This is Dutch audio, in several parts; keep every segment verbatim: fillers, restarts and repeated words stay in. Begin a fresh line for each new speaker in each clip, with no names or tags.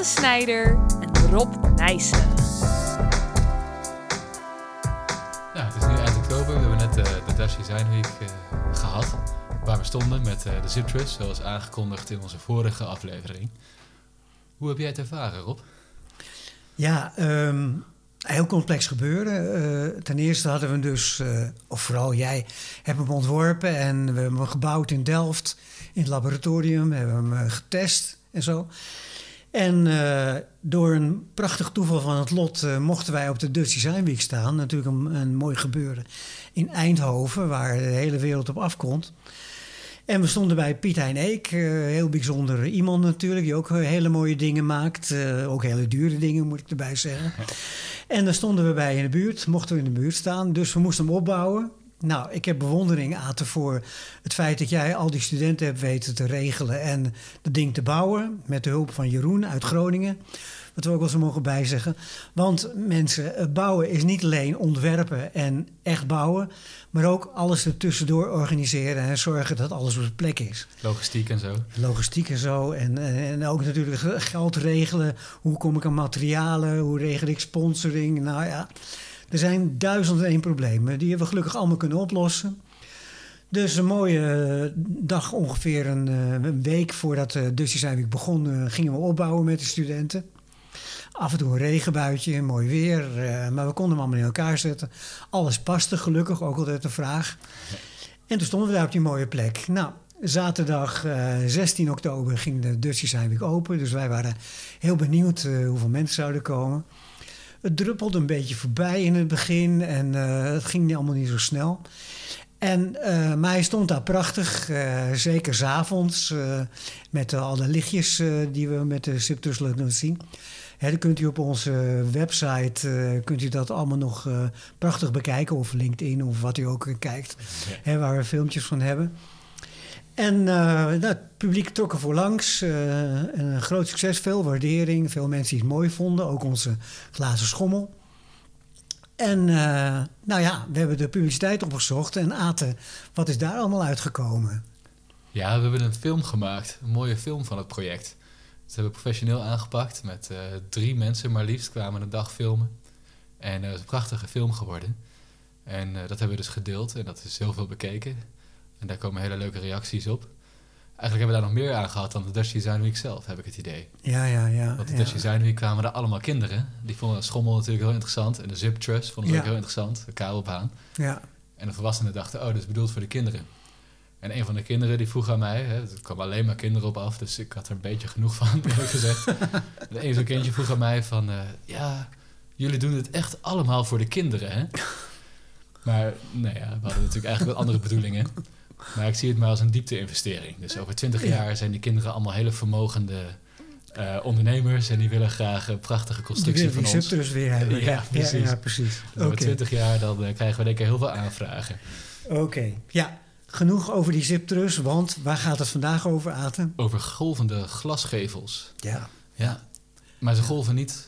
Atte Snijder en Rob Nijssen.
Ja, het is nu eind oktober. We hebben net uh, de Dutch Design Week uh, gehad. Waar we stonden met uh, de Zip Trust, zoals aangekondigd in onze vorige aflevering. Hoe heb jij het ervaren, Rob?
Ja, um, heel complex gebeuren. Uh, ten eerste hadden we dus, uh, of vooral jij, hebt hem ontworpen. En we hebben hem gebouwd in Delft, in het laboratorium. We hebben hem uh, getest en zo. En uh, door een prachtig toeval van het lot uh, mochten wij op de Dutch Design Week staan. Natuurlijk een, een mooi gebeuren in Eindhoven, waar de hele wereld op afkomt. En we stonden bij Piet Hein Eek, uh, heel bijzonder iemand natuurlijk, die ook uh, hele mooie dingen maakt. Uh, ook hele dure dingen, moet ik erbij zeggen. En daar stonden we bij in de buurt, mochten we in de buurt staan. Dus we moesten hem opbouwen. Nou, ik heb bewondering, Aten, voor het feit dat jij al die studenten hebt weten te regelen en dat ding te bouwen. Met de hulp van Jeroen uit Groningen. Wat we ook wel zo mogen bijzeggen. Want mensen, bouwen is niet alleen ontwerpen en echt bouwen, maar ook alles ertussendoor organiseren en zorgen dat alles op zijn plek is.
Logistiek en zo.
Logistiek en zo. En, en ook natuurlijk geld regelen. Hoe kom ik aan materialen? Hoe regel ik sponsoring? Nou ja, er zijn duizend en één problemen. Die hebben we gelukkig allemaal kunnen oplossen. Dus een mooie dag, ongeveer een, een week voordat de Dutch Design Week begon, uh, gingen we opbouwen met de studenten. Af en toe een regenbuitje, mooi weer, uh, maar we konden hem allemaal in elkaar zetten. Alles paste gelukkig, ook altijd de vraag. En toen stonden we daar op die mooie plek. Nou, zaterdag uh, zestien oktober ging de Dutch Design Week open. Dus wij waren heel benieuwd uh, hoeveel mensen zouden komen. Het druppelde een beetje voorbij in het begin en uh, het ging niet allemaal niet zo snel. En, uh, maar hij stond daar prachtig, uh, zeker 's avonds, uh, met uh, al de lichtjes uh, die we met de Zip Trust laten zien. Hè, dan kunt u op onze website uh, kunt u dat allemaal nog uh, prachtig bekijken, of LinkedIn of wat u ook uh, kijkt, ja. Hè, waar we filmpjes van hebben. En uh, nou, het publiek trok er voor langs. Uh, een groot succes, veel waardering, veel mensen die het mooi vonden, ook onze glazen schommel. En uh, nou ja, we hebben de publiciteit opgezocht. En Aten, wat is daar allemaal uitgekomen?
Ja, we hebben een film gemaakt. Een mooie film van het project. Dat hebben we professioneel aangepakt. Met uh, drie mensen maar liefst kwamen een dag filmen. En uh, het is een prachtige film geworden. En uh, dat hebben we dus gedeeld. En dat is heel veel bekeken. En daar komen hele leuke reacties op. Eigenlijk hebben we daar nog meer aan gehad dan de Dutch Design Week zelf, heb ik het idee.
Ja, ja, ja.
Want de
ja.
Dutch Design Week kwamen er allemaal kinderen. Die vonden de schommel natuurlijk heel interessant. En de Zip Trust vonden ze ja. ook heel interessant. De kabelbaan.
Ja.
En de volwassenen dachten, oh, dat is bedoeld voor de kinderen. En een van de kinderen die vroeg aan mij, hè, er kwamen alleen maar kinderen op af, dus ik had er een beetje genoeg van, eerlijk gezegd. En een zo'n kindje vroeg aan mij van, uh, ja, jullie doen het echt allemaal voor de kinderen, hè? Maar, nou ja, we hadden natuurlijk eigenlijk wel andere bedoelingen. Maar ik zie het maar als een diepte-investering. Dus over twintig jaar zijn die kinderen allemaal hele vermogende uh, ondernemers en die willen graag een prachtige constructie van ons.
Die Zip Trust weer hebben.
Ja, ja, precies.
Ja, ja, precies.
Dus over twintig jaar dan uh, krijgen we denk ik heel veel aanvragen.
Oké, okay. Ja. Genoeg over die Zip Trust, want waar gaat het vandaag over, Aten?
Over golvende glasgevels.
Ja.
Ja, maar ze golven niet.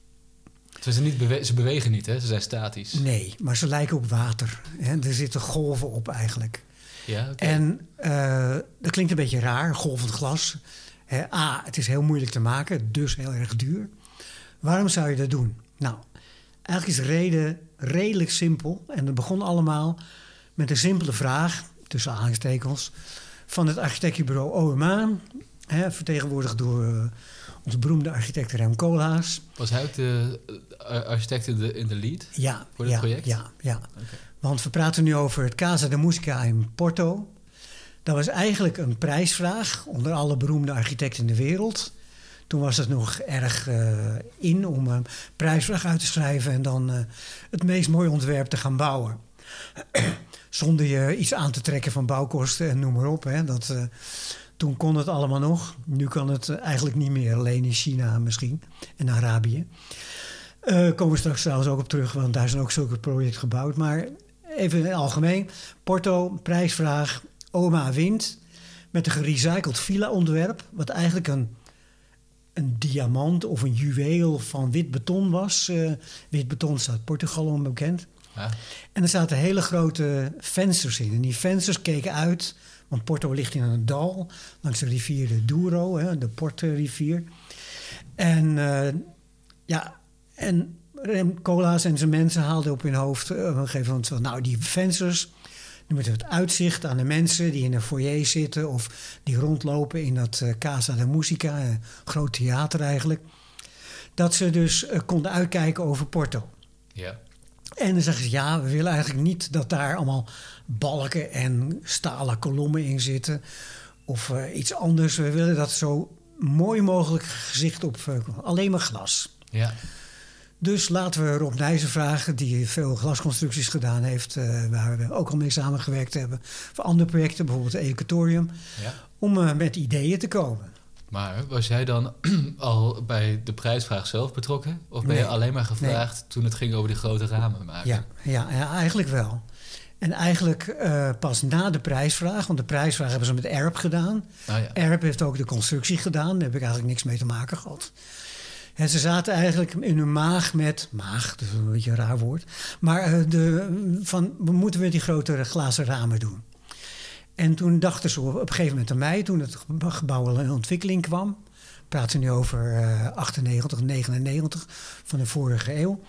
Ze, zijn niet bewe- ze bewegen niet, hè? Ze zijn statisch.
Nee, maar ze lijken op water. Hè? Er zitten golven op eigenlijk.
Ja, okay.
En uh, dat klinkt een beetje raar, golvend glas. Hè, A, het is heel moeilijk te maken, dus heel erg duur. Waarom zou je dat doen? Nou, eigenlijk is de reden redelijk simpel. En dat begon allemaal met een simpele vraag, tussen aanhalingstekens, van het architectenbureau O M A. Hè, vertegenwoordigd door uh, onze beroemde architect Rem Koolhaas.
Was hij ook de uh, architect in de, in de lead
ja,
voor dit
ja,
project?
Ja, ja.
Okay.
Want we praten nu over het Casa de Musica in Porto. Dat was eigenlijk een prijsvraag onder alle beroemde architecten in de wereld. Toen was het nog erg uh, in om een prijsvraag uit te schrijven en dan uh, het meest mooie ontwerp te gaan bouwen. Zonder je iets aan te trekken van bouwkosten en noem maar op. Hè. Dat, uh, toen kon het allemaal nog. Nu kan het uh, eigenlijk niet meer. Alleen in China misschien en Arabië. Uh, komen we straks trouwens ook op terug, want daar zijn ook zulke projecten gebouwd. Maar even in het algemeen. Porto, prijsvraag, O M A wint. Met een gerecycled villa-ontwerp. Wat eigenlijk een, een diamant of een juweel van wit beton was. Uh, wit beton staat Portugal onbekend. Ja. En er zaten hele grote vensters in. En die vensters keken uit, want Porto ligt in een dal langs de rivier de Douro, hè, de Portrivier. En uh, ja, en Rem Koolhaas en zijn mensen haalden op hun hoofd uh, op een gegeven moment van, nou, die vensters, die moeten het uitzicht aan de mensen die in een foyer zitten of die rondlopen in dat uh, Casa de Musica, een groot theater eigenlijk, dat ze dus uh, konden uitkijken over Porto.
Ja.
En dan zeggen ze, ja, we willen eigenlijk niet dat daar allemaal balken en stalen kolommen in zitten of uh, iets anders. We willen dat zo mooi mogelijk gezicht op uh, alleen maar glas.
Ja.
Dus laten we Rob Nijssen vragen, die veel glasconstructies gedaan heeft, uh, waar we ook al mee samengewerkt hebben, voor andere projecten, bijvoorbeeld het Equatorium,
Ja.
om uh, met ideeën te komen.
Maar was jij dan al bij de prijsvraag zelf betrokken? Of ben
Nee.
je alleen maar gevraagd
Nee.
toen het ging over die grote ramen maken?
Ja, ja, ja, eigenlijk wel. En eigenlijk uh, pas na de prijsvraag, want de prijsvraag hebben ze met E R P gedaan.
Oh ja.
E R P heeft ook de constructie gedaan, daar heb ik eigenlijk niks mee te maken gehad. En ze zaten eigenlijk in hun maag met, maag, dat is een beetje een raar woord, maar uh, de, van, we moeten met die grotere glazen ramen doen. En toen dachten ze op een gegeven moment aan mij, toen het gebouw al in ontwikkeling kwam, praten we nu over uh, achtennegentig, negenennegentig van de vorige eeuw.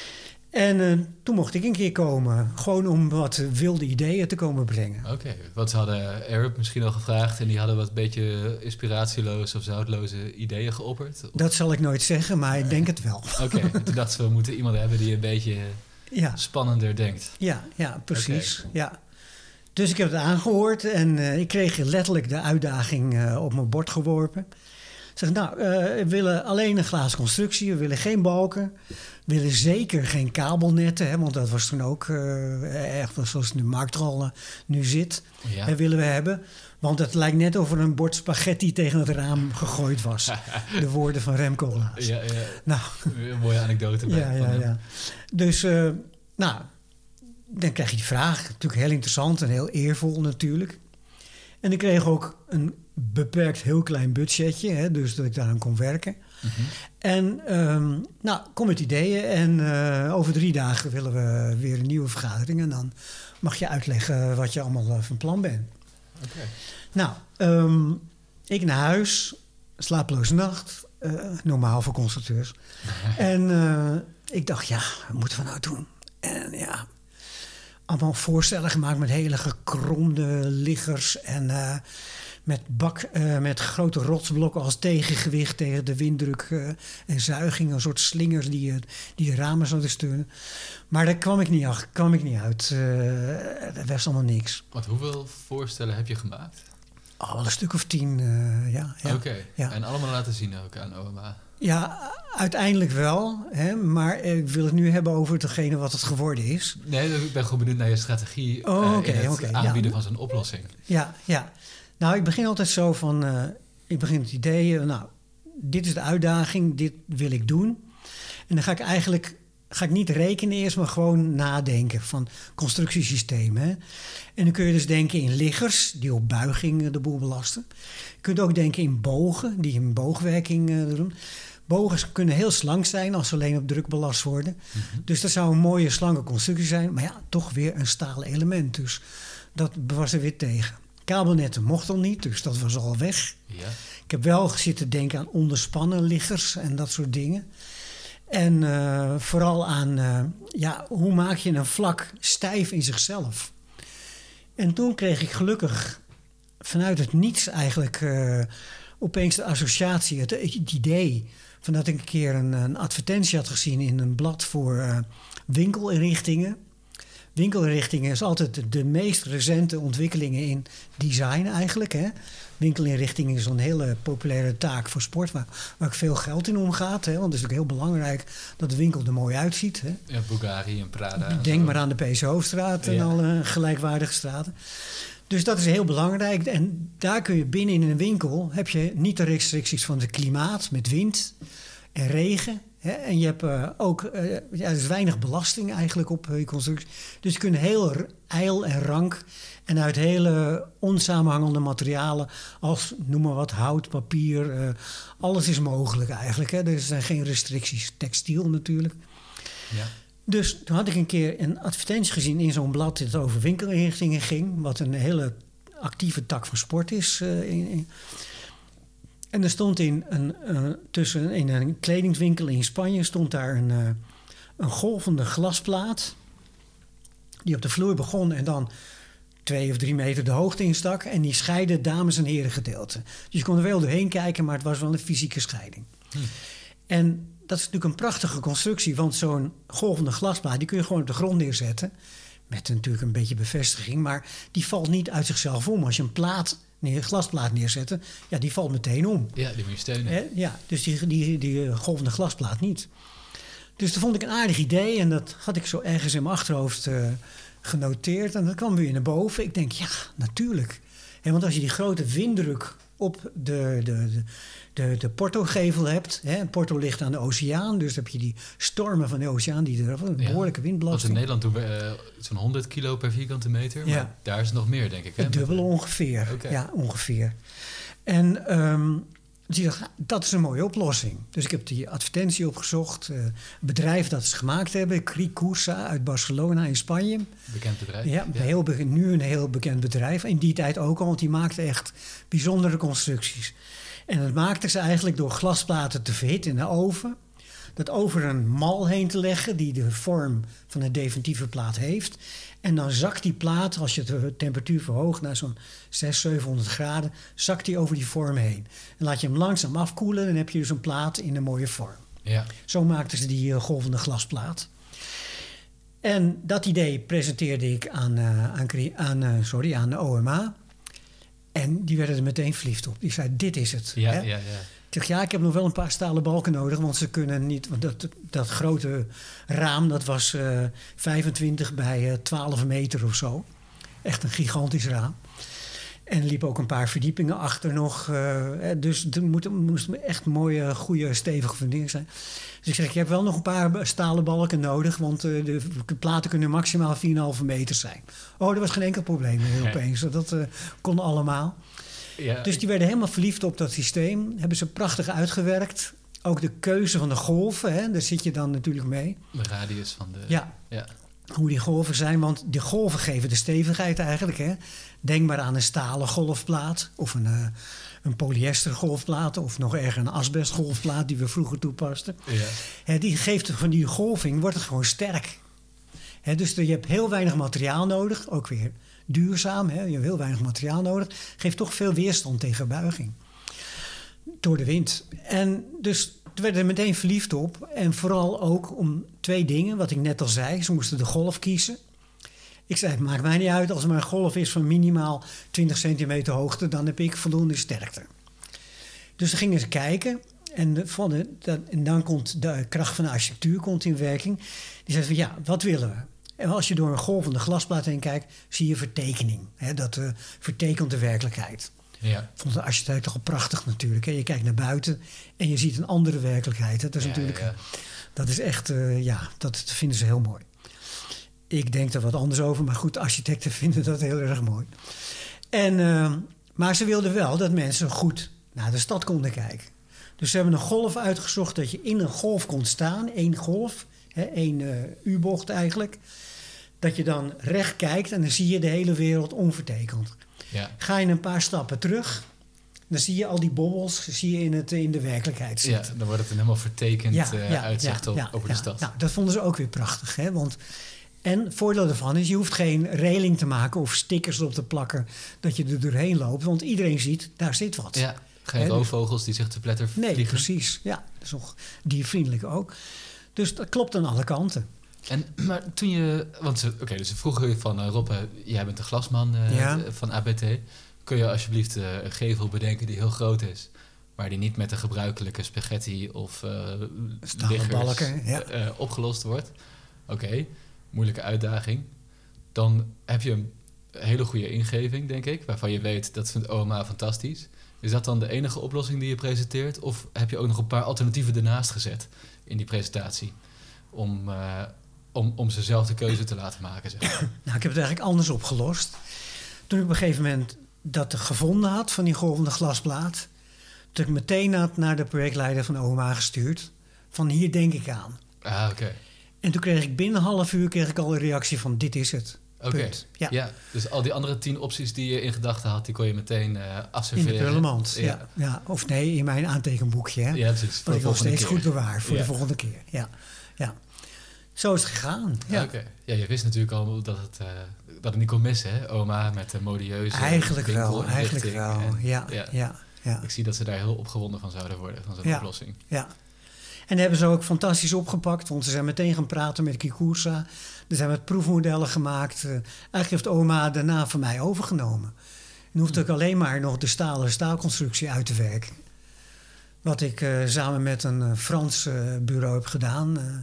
En uh, toen mocht ik een keer komen, gewoon om wat wilde ideeën te komen brengen.
Oké, okay, want ze hadden Arab misschien al gevraagd en die hadden wat beetje inspiratieloze of zoutloze ideeën geopperd? Of?
Dat zal ik nooit zeggen, maar ik denk het wel.
Oké, okay, toen dachten we, we moeten iemand hebben die een beetje
ja.
spannender denkt.
Ja, ja precies.
Okay.
Ja. Dus ik heb het aangehoord en uh, ik kreeg letterlijk de uitdaging uh, op mijn bord geworpen. Ik zeg, nou, uh, we willen alleen een glazen constructie, we willen geen balken. We willen zeker geen kabelnetten, hè, want dat was toen ook uh, echt zoals de marktrol uh, nu zit.
Ja.
Dat willen we hebben. Want het lijkt net of er een bord spaghetti tegen het raam gegooid was. De woorden van Rem Koolhaas.
Ja, ja.
Nou,
een mooie anekdote.
Ja, ja, ja. Dus, uh, nou, dan krijg je die vraag. Natuurlijk heel interessant en heel eervol natuurlijk. En ik kreeg ook een beperkt heel klein budgetje, hè, dus dat ik daaraan kon werken.
Mm-hmm.
En um, nou, kom met ideeën en uh, over drie dagen willen we weer een nieuwe vergadering. En dan mag je uitleggen wat je allemaal uh, van plan bent.
Okay.
Nou, um, ik naar huis, slapeloze nacht, uh, normaal voor constructeurs. En uh, ik dacht, ja, wat moeten we nou doen? En ja, allemaal voorstellen gemaakt met hele gekromde liggers en uh, met, bak, uh, met grote rotsblokken als tegengewicht tegen de winddruk uh, en zuiging. Een soort slingers die, uh, die de ramen zouden steunen. Maar daar kwam ik niet, ach, kwam ik niet uit. Uh, dat was allemaal niks.
Want hoeveel voorstellen heb je gemaakt?
Oh, wel een stuk of tien, uh, ja. ja.
Oké, okay.
ja.
En allemaal laten zien ook aan O M A?
Ja, uiteindelijk wel. Hè, maar ik wil het nu hebben over hetgene wat het geworden is.
Nee, ik ben gewoon benieuwd naar je strategie
oh,
uh,
okay,
in het
okay,
aanbieden
ja.
van zo'n oplossing.
Ja, ja. Nou, ik begin altijd zo van... Uh, ik begin het idee, nou, dit is de uitdaging, dit wil ik doen. En dan ga ik eigenlijk... ga ik niet rekenen eerst, maar gewoon nadenken van constructiesystemen. Hè. En dan kun je dus denken in liggers, die op buiging de boel belasten. Je kunt ook denken in bogen, die een boogwerking uh, doen. Bogen kunnen heel slank zijn als ze alleen op druk belast worden. Mm-hmm. Dus dat zou een mooie slanke constructie zijn. Maar ja, toch weer een stalen element. Dus dat was er weer tegen. Kabelnetten mochten al niet, dus dat was al weg.
Ja.
Ik heb wel zitten denken aan onderspannen liggers en dat soort dingen. En uh, vooral aan, uh, ja, hoe maak je een vlak stijf in zichzelf? En toen kreeg ik gelukkig vanuit het niets eigenlijk uh, opeens de associatie, het, het idee... van dat ik een keer een, een advertentie had gezien in een blad voor uh, winkelinrichtingen. Winkelinrichtingen is altijd de, de meest recente ontwikkelingen in design eigenlijk. Hè? Winkelinrichtingen is een hele populaire taak voor sport... waar, waar ook veel geld in omgaat. Hè? Want het is ook heel belangrijk dat de winkel er mooi uitziet. Hè?
Ja, Bulgari en Prada. En
Denk
zo.
maar aan de P C Hoofdstraat en
ja.
alle gelijkwaardige straten. Dus dat is heel belangrijk. En daar kun je binnen in een winkel... heb je niet de restricties van het klimaat met wind en regen... Hè? En je hebt uh, ook uh, ja, er is weinig belasting eigenlijk op uh, je constructie. Dus je kunt heel ijl en rank en uit hele onsamenhangende materialen... als, noem maar wat, hout, papier, uh, alles is mogelijk eigenlijk. Hè? Er zijn geen restricties. Textiel natuurlijk.
Ja.
Dus toen had ik een keer een advertentie gezien in zo'n blad... dat over winkelinrichtingen ging... wat een hele actieve tak van sport is. Uh, in, in. En er stond in een, uh, tussen, in een kledingswinkel in Spanje stond daar een, uh, een golvende glasplaat. Die op de vloer begon en dan twee of drie meter de hoogte instak. En die scheidde dames- en heren gedeelte. Dus je kon er wel doorheen kijken, maar het was wel een fysieke scheiding. Hm. En dat is natuurlijk een prachtige constructie. Want zo'n golvende glasplaat, die kun je gewoon op de grond neerzetten. Met natuurlijk een beetje bevestiging. Maar die valt niet uit zichzelf om. Als je een plaat, neer, een glasplaat neerzet, ja, die valt meteen om.
Ja, die moet je steunen.
He, ja, dus die, die, die golvende glasplaat niet. Dus dat vond ik een aardig idee. En dat had ik zo ergens in mijn achterhoofd uh, genoteerd. En dat kwam weer naar boven. Ik denk, ja, natuurlijk. He, want als je die grote winddruk op de, de, de, de, de Porto-gevel hebt. Hè, Porto ligt aan de oceaan. Dus dan heb je die stormen van de oceaan. Die er een behoorlijke windbelasting.
Want in Nederland doen we uh, zo'n honderd kilo per vierkante meter. Maar ja. Daar is het nog meer, denk ik. Hè?
Het dubbele ongeveer. Okay. Ja, ongeveer. En um, dus dacht, dat is een mooie oplossing. Dus ik heb die advertentie opgezocht. Uh, bedrijf dat ze gemaakt hebben. Cricursa uit Barcelona in Spanje.
Bekend bedrijf.
Ja, ja. Heel be- nu een heel bekend bedrijf. In die tijd ook al, want die maakte echt bijzondere constructies. En dat maakten ze eigenlijk door glasplaten te verhitten in de oven. Dat over een mal heen te leggen die de vorm van een definitieve plaat heeft. En dan zakt die plaat, als je de temperatuur verhoogt naar zo'n zeshonderd, zevenhonderd graden, zakt die over die vorm heen. En laat je hem langzaam afkoelen, dan heb je dus een plaat in een mooie vorm.
Ja.
Zo maakten ze die uh, golvende glasplaat. En dat idee presenteerde ik aan, uh, aan, aan, uh, sorry, aan de O M A. En die werden er meteen verliefd op. Die zei, dit is het.
Ja,
hè?
ja, ja.
Ik zeg, ja, ik heb nog wel een paar stalen balken nodig, want ze kunnen niet. Want dat, dat grote raam, dat was uh, vijfentwintig bij uh, twaalf meter of zo. Echt een gigantisch raam. En er liepen ook een paar verdiepingen achter nog. Uh, dus er moest, moest echt mooie, goede, stevige fundering zijn. Dus ik zeg, je hebt wel nog een paar stalen balken nodig, want uh, de, de platen kunnen maximaal vier komma vijf meter zijn. Oh, dat was geen enkel probleem meer opeens. Dat uh, kon allemaal. Ja. Dus die werden helemaal verliefd op dat systeem. Hebben ze prachtig uitgewerkt. Ook de keuze van de golven, hè, daar zit je dan natuurlijk mee.
De radius van de...
Ja,
ja.
Hoe die golven zijn. Want die golven geven de stevigheid eigenlijk. Hè. Denk maar aan een stalen golfplaat. Of een, uh, een polyester golfplaat. Of nog erger een asbest golfplaat die we vroeger toepasten.
Ja.
Hè, die geeft van die golving, wordt het gewoon sterk. Hè, dus je hebt heel weinig materiaal nodig. Ook weer duurzaam, hè? Je hebt heel weinig materiaal nodig. Geeft toch veel weerstand tegen buiging. Door de wind. En dus we werden er meteen verliefd op. En vooral ook om twee dingen, wat ik net al zei. Ze moesten de golf kiezen. Ik zei, het maakt mij niet uit. Als er maar een golf is van minimaal twintig centimeter hoogte, dan heb ik voldoende sterkte. Dus dan gingen ze kijken. En, de, van de, dat, en dan komt de kracht van de architectuur komt in werking. Die zei van, ja, wat willen we? En als je door een golvende glasplaat heen kijkt, zie je vertekening. Hè? Dat uh, vertekent de werkelijkheid.
Ja.
Ik vond de architect toch wel prachtig natuurlijk. Hè? Je kijkt naar buiten en je ziet een andere werkelijkheid. Dat is
ja,
natuurlijk,
ja.
dat is echt, uh, ja, dat vinden ze heel mooi. Ik denk er wat anders over, maar goed, architecten vinden dat heel erg mooi. En, uh, maar ze wilden wel dat mensen goed naar de stad konden kijken. Dus ze hebben een golf uitgezocht dat je in een golf kon staan, één golf. Hè, één uh, U-bocht eigenlijk. Dat je dan recht kijkt en dan zie je de hele wereld onvertekend.
Ja.
Ga je een paar stappen terug, dan zie je al die bobbels zie je in, het, in de werkelijkheid zitten.
Ja, dan wordt het een helemaal vertekend
ja,
uh,
ja,
uitzicht
ja,
op,
ja,
over
ja,
de stad.
Nou, dat vonden ze ook weer prachtig. Hè? Want, en het voordeel ervan is, je hoeft geen reling te maken of stickers erop te plakken dat je er doorheen loopt. Want iedereen ziet, daar zit wat.
Ja, geen
Hè,
roofvogels die zich te pletter vliegen.
Nee, precies. Ja, dat is nog diervriendelijk ook. Dus dat klopt aan alle kanten.
En, maar toen je... Want oké, okay, dus ze vroegen je van... Uh, Rob, uh, jij bent de glasman uh,
ja.
van A B T. Kun je alsjeblieft uh, een gevel bedenken die heel groot is... maar die niet met de gebruikelijke spaghetti of uh, liggers
balken, ja.
uh, opgelost wordt? Oké, okay, moeilijke uitdaging. Dan heb je een hele goede ingeving, denk ik... waarvan je weet, dat vindt O M A fantastisch. Is dat dan de enige oplossing die je presenteert? Of heb je ook nog een paar alternatieven ernaast gezet in die presentatie... om... Uh, Om, om ze zelf de keuze te laten maken, zeg maar.
Nou, ik heb het eigenlijk anders opgelost. Toen ik op een gegeven moment dat gevonden had van die golvende glasplaat... toen heb ik meteen had naar de projectleider van O M A gestuurd. Van hier denk ik aan.
Ah, oké. Okay.
En toen kreeg ik binnen een half uur kreeg ik al een reactie van dit is het.
Oké,
Punt. Ja.
ja. Dus al die andere tien opties die je in gedachten had, die kon je meteen uh,
In
afserveren.
de prullenmand, ja.
Ja.
Ja. Of nee, in mijn aantekenboekje. Hè?
Ja, precies. Voor
Wat ik
de
nog
volgende
steeds
keer.
goed bewaar voor
Ja.
de volgende keer. Ja. Ja. Zo is het gegaan. Ja.
Oké. Ja, je wist natuurlijk al dat het, uh, dat het niet kon missen, hè? Oma met de modieuze
Eigenlijk wel,
winkelinrichting
eigenlijk wel.
en-
Ja,
ja.
ja, ja.
Ik zie dat ze daar heel opgewonden van zouden worden, van zo'n
Ja.
oplossing.
Ja. En dat hebben ze ook fantastisch opgepakt, want ze zijn meteen gaan praten met Kikusa. Er zijn wat proefmodellen gemaakt. Uh, eigenlijk heeft oma daarna van mij overgenomen. En hoefde ik alleen maar nog de stalen staalconstructie uit te werken. Wat ik uh, samen met een uh, Frans uh, bureau heb gedaan. Uh,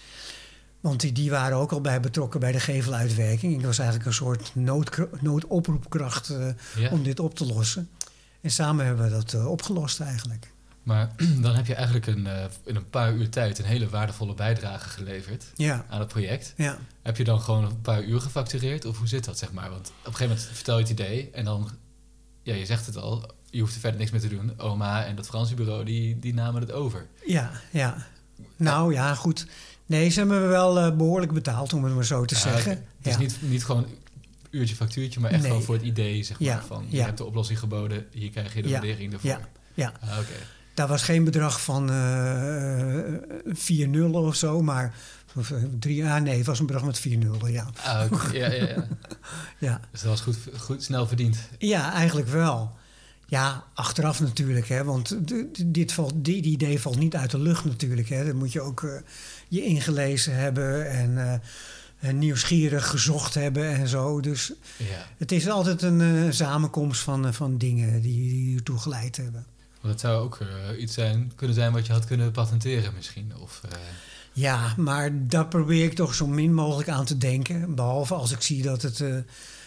want die, die waren ook al bij betrokken bij de geveluitwerking. Ik was eigenlijk een soort noodkra- noodoproepkracht uh,
Ja.
om dit op te lossen. En samen hebben we dat uh, opgelost eigenlijk.
Maar dan heb je eigenlijk een, uh, in een paar uur tijd een hele waardevolle bijdrage geleverd
Ja,
aan het project.
ja.
Heb je dan gewoon een paar uur gefactureerd? Of hoe zit dat, zeg maar? Want op een gegeven moment vertel je het idee en dan... Ja, je zegt het al, je hoeft er verder niks mee te doen. Oma en dat Franse bureau, die, die namen het over.
Ja, ja. Nou ja, goed. Nee, ze hebben me wel uh, behoorlijk betaald, om het maar zo te
Ah,
zeggen.
oké. Het is
Ja.
niet, niet gewoon uurtje factuurtje, maar echt
Nee.
gewoon voor het idee, zeg maar.
Ja,
Van, je
ja.
hebt de oplossing geboden, hier krijg je de
Ja,
waardering ervoor.
ja, ja.
Ah, oké.
Daar was geen bedrag van uh, vier nullen of zo, maar... Of, uh, drie, ah, nee, het was een bedrag met vier nullen, ja.
Ah, oké. Ja, ja, ja.
Ja,
Dus dat was goed, goed snel verdiend.
ja eigenlijk wel. Ja, achteraf natuurlijk, hè, want d- d- dit, valt, dit idee valt niet uit de lucht natuurlijk. Hè. Dan moet je ook uh, je ingelezen hebben en uh, nieuwsgierig gezocht hebben en zo. Dus
Ja.
het is altijd een uh, samenkomst van, uh, van dingen die, die ertoe geleid hebben.
Want het zou ook uh, iets zijn, kunnen zijn wat je had kunnen patenteren misschien. Of, uh,
Ja, maar daar probeer ik toch zo min mogelijk aan te denken. Behalve als ik zie dat het uh,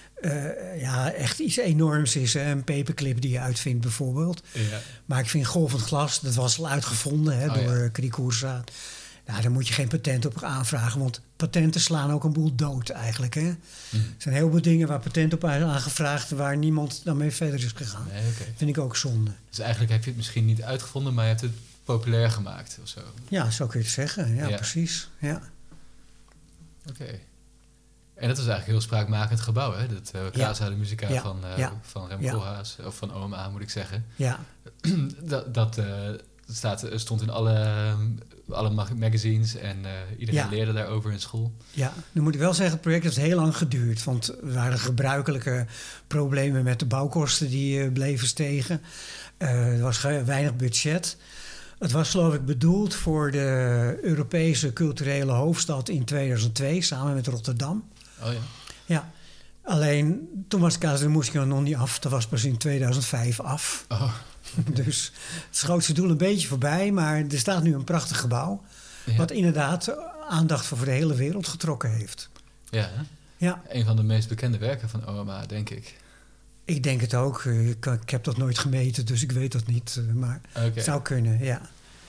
uh, ja, echt iets enorms is. Hè? Een paperclip die je uitvindt bijvoorbeeld.
ja.
Maar ik vind golvend glas, dat was al uitgevonden hè,
Oh,
door
ja.
Krikusa. Nou, daar moet je geen patent op aanvragen. Want patenten slaan ook een boel dood eigenlijk. Hè?
Mm.
Er zijn heel veel dingen waar patent op is aangevraagd... waar niemand dan mee verder is gegaan.
Nee, oké.
Vind ik ook zonde.
Dus eigenlijk heb je het misschien niet uitgevonden, maar je hebt het populair gemaakt of zo.
Ja, zo kun je het zeggen. Ja,
Ja.
precies. Ja.
Oké. En dat was eigenlijk een heel spraakmakend gebouw, hè? Dat uh, Casa de Musica
Ja.
van, uh,
Ja.
van Rem
Ja.
Koolhaas, of van O M A moet ik zeggen.
Ja.
dat dat uh, staat, stond in alle, alle mag- magazines en uh, iedereen
Ja.
leerde daarover in school.
Ja, nu moet ik wel zeggen, het project heeft heel lang geduurd. Want er waren gebruikelijke problemen met de bouwkosten die uh, bleven stegen. Uh, er was ge- weinig budget. Het was geloof ik bedoeld voor de Europese culturele hoofdstad in tweeduizend twee, samen met Rotterdam.
Oh ja.
Ja, alleen toen was Casa de Musica nog niet af. Dat was pas in tweeduizend vijf af.
Oh,
Dus het schoot zijn doel een beetje voorbij. Maar er staat nu een prachtig gebouw.
ja.
Wat inderdaad aandacht voor de hele wereld getrokken heeft.
Ja, hè?
Ja.
Een van de meest bekende werken van O M A, denk ik.
Ik denk het ook. Ik, ik heb dat nooit gemeten, dus ik weet dat niet. Maar
Oké.
het zou kunnen, ja.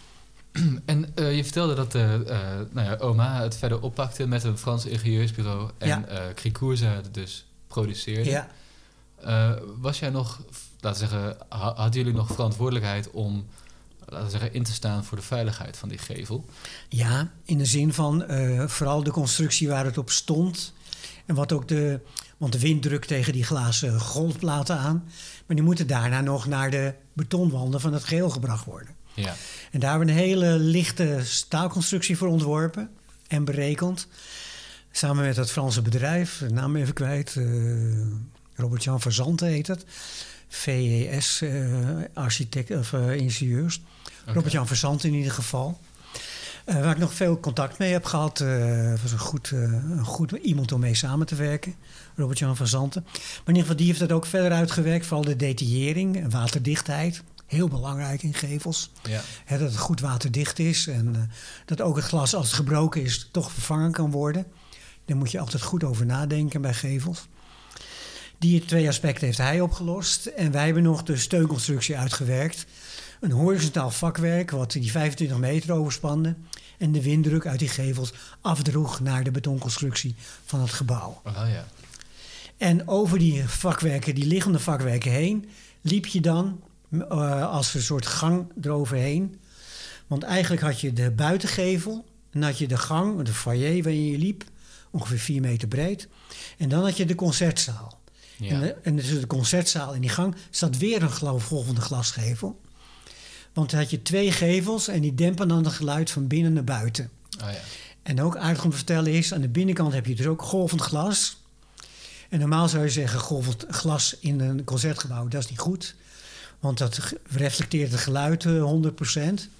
En uh, je vertelde dat uh, uh, nou ja, O M A het verder oppakte met een Frans ingenieursbureau en
Ja.
uh, Krikusa het dus produceerde.
Ja,
Uh, was jij nog, laten we zeggen, ha- hadden jullie nog verantwoordelijkheid om, laten we zeggen, in te staan voor de veiligheid van die gevel?
ja in de zin van uh, vooral de constructie waar het op stond. En wat ook de... Want de wind drukt tegen die glazen golfplaten aan. Maar die moeten daarna nog naar de betonwanden van het geheel gebracht worden.
Ja.
En daar hebben we een hele lichte staalconstructie voor ontworpen en berekend. Samen met het Franse bedrijf, de naam even kwijt. Uh, Robert-Jan Verzanten heet het. V E S, uh, architect of uh, ingenieurs.
Okay.
Robert-Jan Verzanten in ieder geval. Uh, waar ik nog veel contact mee heb gehad. Uh, was een goed, uh, een goed iemand om mee samen te werken. Robert-Jan Verzanten. Maar in ieder geval, die heeft dat ook verder uitgewerkt. Vooral de detaillering en waterdichtheid. Heel belangrijk in gevels.
Ja.
Hè, dat het goed waterdicht is. En uh, dat ook het glas, als het gebroken is, toch vervangen kan worden. Daar moet je altijd goed over nadenken bij gevels. Die twee aspecten heeft hij opgelost. En wij hebben nog de steunconstructie uitgewerkt. Een horizontaal vakwerk wat die vijfentwintig meter overspande. En de winddruk uit die gevels afdroeg naar de betonconstructie van het gebouw.
Oh ja.
En over die vakwerken, die liggende vakwerken heen, liep je dan uh, als een soort gang eroverheen. Want eigenlijk had je de buitengevel en had je de gang, de foyer waarin je liep, ongeveer vier meter breed. En dan had je de concertzaal.
Ja.
En, de, en tussen de concertzaal en die gang zat weer een golvende glasgevel. Want dan had je twee gevels en die dempen dan het geluid van binnen naar buiten.
Oh, ja.
En ook aardig om te vertellen is, aan de binnenkant heb je dus ook golvend glas. En normaal zou je zeggen, golvend glas in een concertgebouw, dat is niet goed. Want dat reflecteert het geluid uh, honderd procent.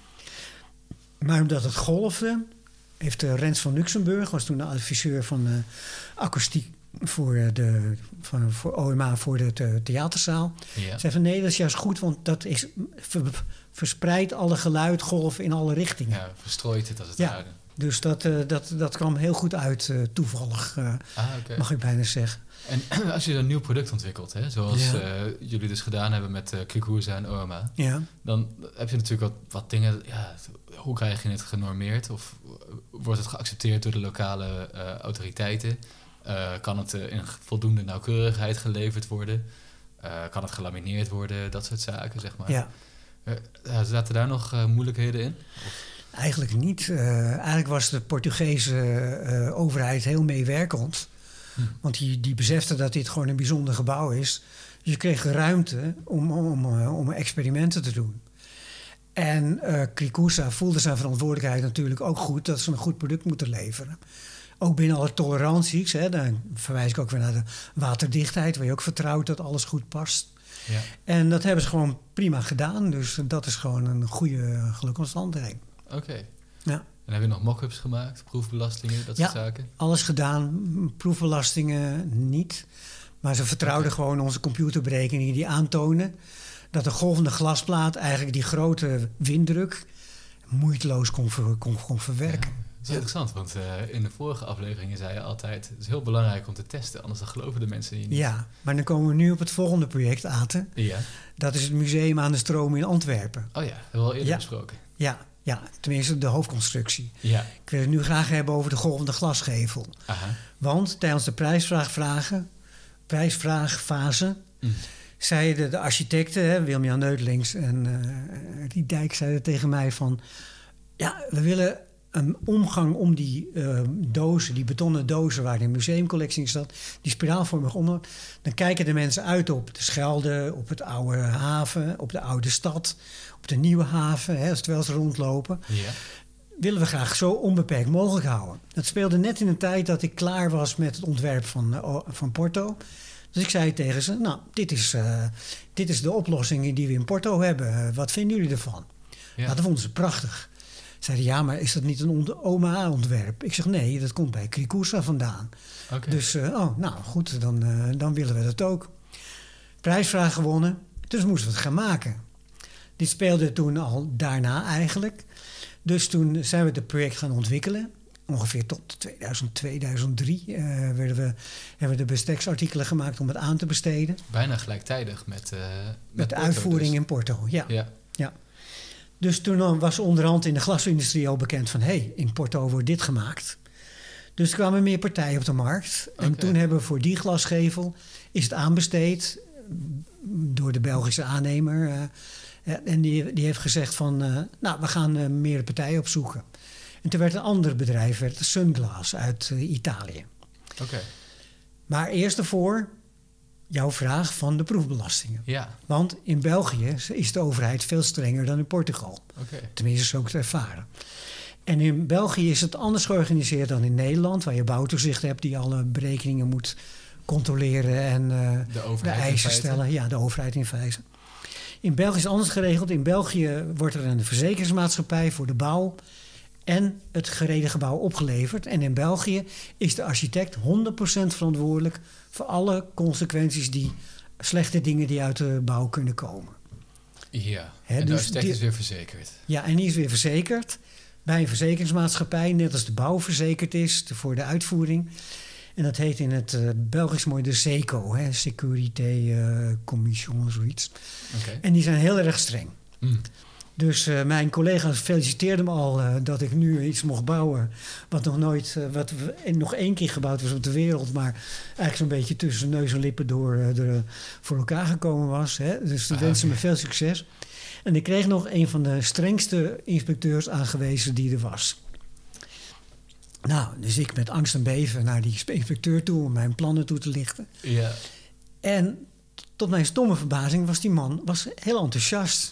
Maar omdat het golfde, heeft uh, Rens van Luxemburg, was toen de adviseur van uh, akoestiek voor, uh, de, van, voor O M A voor de the- theaterzaal.
Ja.
Zei van nee, dat is juist goed, want dat is, ver- verspreidt alle geluidgolven in alle richtingen.
Ja, verstrooit het als het
Ja.
ware.
Dus dat, uh, dat, dat kwam heel goed uit, uh, toevallig, uh,
Ah, oké.
mag ik bijna zeggen.
En als je een nieuw product ontwikkelt, hè, zoals
Ja.
eh, jullie dus gedaan hebben met uh, Krikusa en O M A,
Ja.
dan heb je natuurlijk wat, wat dingen. Ja, hoe krijg je het genormeerd? Of wordt het geaccepteerd door de lokale uh, autoriteiten? Uh, kan het uh, in voldoende nauwkeurigheid geleverd worden? Uh, kan het gelamineerd worden? Dat soort zaken, zeg maar.
Ja.
Uh, uh, zaten daar nog uh, moeilijkheden in?
Eigenlijk niet. Uh, eigenlijk was de Portugese uh, overheid heel meewerkend.
Hm.
Want die, die besefte dat dit gewoon een bijzonder gebouw is. Dus je kreeg ruimte om, om, uh, om experimenten te doen. En uh, Krikusa voelde zijn verantwoordelijkheid natuurlijk ook goed... dat ze een goed product moeten leveren. Ook binnen alle toleranties. Hè, dan verwijs ik ook weer naar de waterdichtheid... waar je ook vertrouwt dat alles goed past.
Ja.
En dat hebben ze gewoon prima gedaan. Dus dat is gewoon een goede gelukomstandigheid.
Oké. Okay.
Ja.
En heb je nog mock-ups gemaakt? Proefbelastingen, dat soort
Ja.
zaken?
Alles gedaan, proefbelastingen niet. Maar ze vertrouwden
Okay.
gewoon onze computerberekeningen die aantonen... dat de golvende glasplaat eigenlijk die grote winddruk... moeiteloos kon, ver, kon, kon verwerken.
Ja, dat is interessant, want uh, in de vorige afleveringen zei je altijd... het is heel belangrijk om te testen, anders dan geloven de mensen je niet.
Ja, maar dan komen we nu op het volgende project, Aten.
Ja.
Dat is het Museum aan de Stroom in Antwerpen.
Oh ja, dat hebben we al eerder
Ja.
besproken.
Ja, ja, tenminste de hoofdconstructie.
Ja.
Ik wil het nu graag hebben over de golvende glasgevel.
Aha.
Want tijdens de prijsvraagvragen, prijsvraagfase...
Mm.
zeiden de architecten, hè, Wilm-Jan Neutelings en uh, Riedijk, zeiden tegen mij van... ja, we willen een omgang om die uh, dozen, die betonnen dozen... waar de museumcollectie in zat, die spiraalvormig onder... dan kijken de mensen uit op de Schelde, op het oude haven... op de oude stad, op de nieuwe haven, hè, terwijl ze rondlopen...
Ja.
willen we graag zo onbeperkt mogelijk houden. Dat speelde net in een tijd dat ik klaar was met het ontwerp van, uh, van Porto... Dus ik zei tegen ze, nou, dit is, uh, dit is de oplossing die we in Porto hebben. Uh, wat vinden jullie ervan?
Ja.
Nou, dat vonden ze prachtig. Zeiden, ja, maar is dat niet een O M A-ontwerp? Ik zeg, nee, dat komt bij Krikusa vandaan.
Okay.
Dus, uh, oh, nou goed, dan, uh, dan willen we dat ook. Prijsvraag gewonnen, dus moesten we het gaan maken. Dit speelde toen al daarna eigenlijk. Dus toen zijn we het project gaan ontwikkelen. Ongeveer tot tweeduizend, tweeduizend drie uh, werden we, hebben we de besteksartikelen gemaakt om het aan te besteden.
Bijna gelijktijdig met, uh, met,
met de
Porto
uitvoering
dus.
in Porto, ja.
Ja.
ja. Dus toen was onderhand in de glasindustrie al bekend van... hé, hey, in Porto wordt dit gemaakt. Dus er kwamen meer partijen op de markt. En
Okay.
toen hebben we voor die glasgevel... is het aanbesteed door de Belgische aannemer. Uh, en die, die heeft gezegd van... Uh, nou, we gaan uh, meer partijen opzoeken. En toen werd een ander bedrijf, werd Sunglass uit uh, Italië.
Oké. Okay.
Maar eerst ervoor jouw vraag van de proefbelastingen.
Ja.
Want in België is de overheid veel strenger dan in Portugal.
Okay.
Tenminste, zo te ervaren. En in België is het anders georganiseerd dan in Nederland... waar je bouwtoezicht hebt die alle berekeningen moet controleren... en uh,
de, overheid
de eisen stellen. Ja, de overheid in feite. In België is het anders geregeld. In België wordt er een verzekeringsmaatschappij voor de bouw... en het gereden gebouw opgeleverd. En in België is de architect honderd procent verantwoordelijk... voor alle consequenties die slechte dingen die uit de bouw kunnen komen.
Ja,
He,
en de
dus
architect
die,
is weer verzekerd.
Ja, en die is weer verzekerd bij een verzekeringsmaatschappij... net als de bouw verzekerd is voor de uitvoering. En dat heet in het uh, Belgisch mooi de SECO, hè, Sécurité uh, Commission, zoiets.
Okay.
En die zijn heel erg streng.
Mm.
Dus uh, mijn collega's feliciteerden me al uh, dat ik nu iets mocht bouwen... wat nog nooit, uh, wat we, nog één keer gebouwd was op de wereld... maar eigenlijk zo'n beetje tussen neus en lippen door uh, er, voor elkaar gekomen was. Hè? Dus ze
Ah,
wensen
okay.
me veel succes. En ik kreeg nog een van de strengste inspecteurs aangewezen die er was. Nou, dus ik met angst en beven naar die inspecteur toe om mijn plannen toe te lichten.
Ja.
En tot mijn stomme verbazing was die man was heel enthousiast.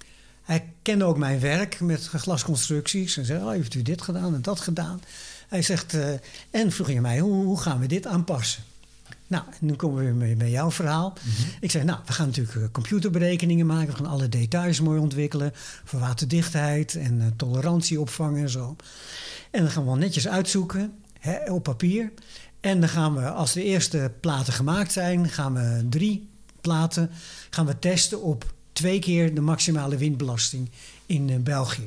Hij kende ook mijn werk met glasconstructies. En zei, oh, heeft u dit gedaan en dat gedaan? Hij zegt, uh, en vroeg je mij, hoe, hoe gaan we dit aanpassen? Nou, en dan komen we weer bij jouw verhaal.
Mm-hmm.
Ik zei, nou, we gaan natuurlijk uh, computerberekeningen maken. We gaan alle details mooi ontwikkelen. Voor waterdichtheid en uh, tolerantie opvangen en zo. En dan gaan we wel netjes uitzoeken, hè, op papier. En dan gaan we, als de eerste platen gemaakt zijn, gaan we drie platen gaan we testen op twee keer de maximale windbelasting in uh, België.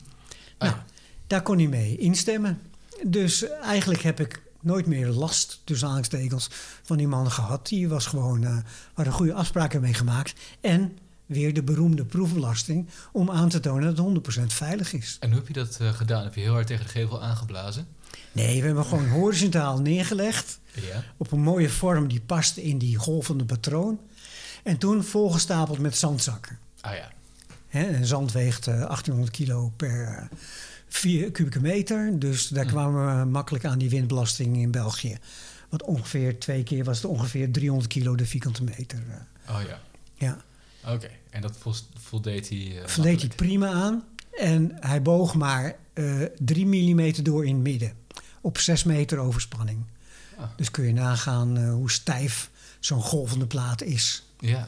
Ah.
Nou, daar kon hij mee instemmen. Dus eigenlijk heb ik nooit meer last, tussen aanhalingstekens, van die man gehad. Die was gewoon, uh, hadden goede afspraken mee gemaakt. En weer de beroemde proefbelasting om aan te tonen dat het honderd procent veilig is.
En hoe heb je dat uh, gedaan? Heb je heel hard tegen de gevel aangeblazen?
Nee, we hebben gewoon horizontaal neergelegd.
Ja.
Op een mooie vorm die paste in die golvende patroon. En toen volgestapeld met zandzakken.
Ah ja.
Hè, en zand weegt uh, achttienhonderd kilo per uh, vier kubieke meter. Dus daar
Hm.
kwamen we makkelijk aan die windbelasting in België. Wat ongeveer twee keer was het ongeveer driehonderd kilo de vierkante meter. Uh,
Oh ja.
ja.
Oké. Okay. En dat vol- voldeed hij uh,
Voldeed hij prima aan. En hij boog maar uh, drie millimeter door in het midden. Op zes meter overspanning.
Ah.
Dus kun je nagaan uh, hoe stijf zo'n golvende plaat is.
Ja.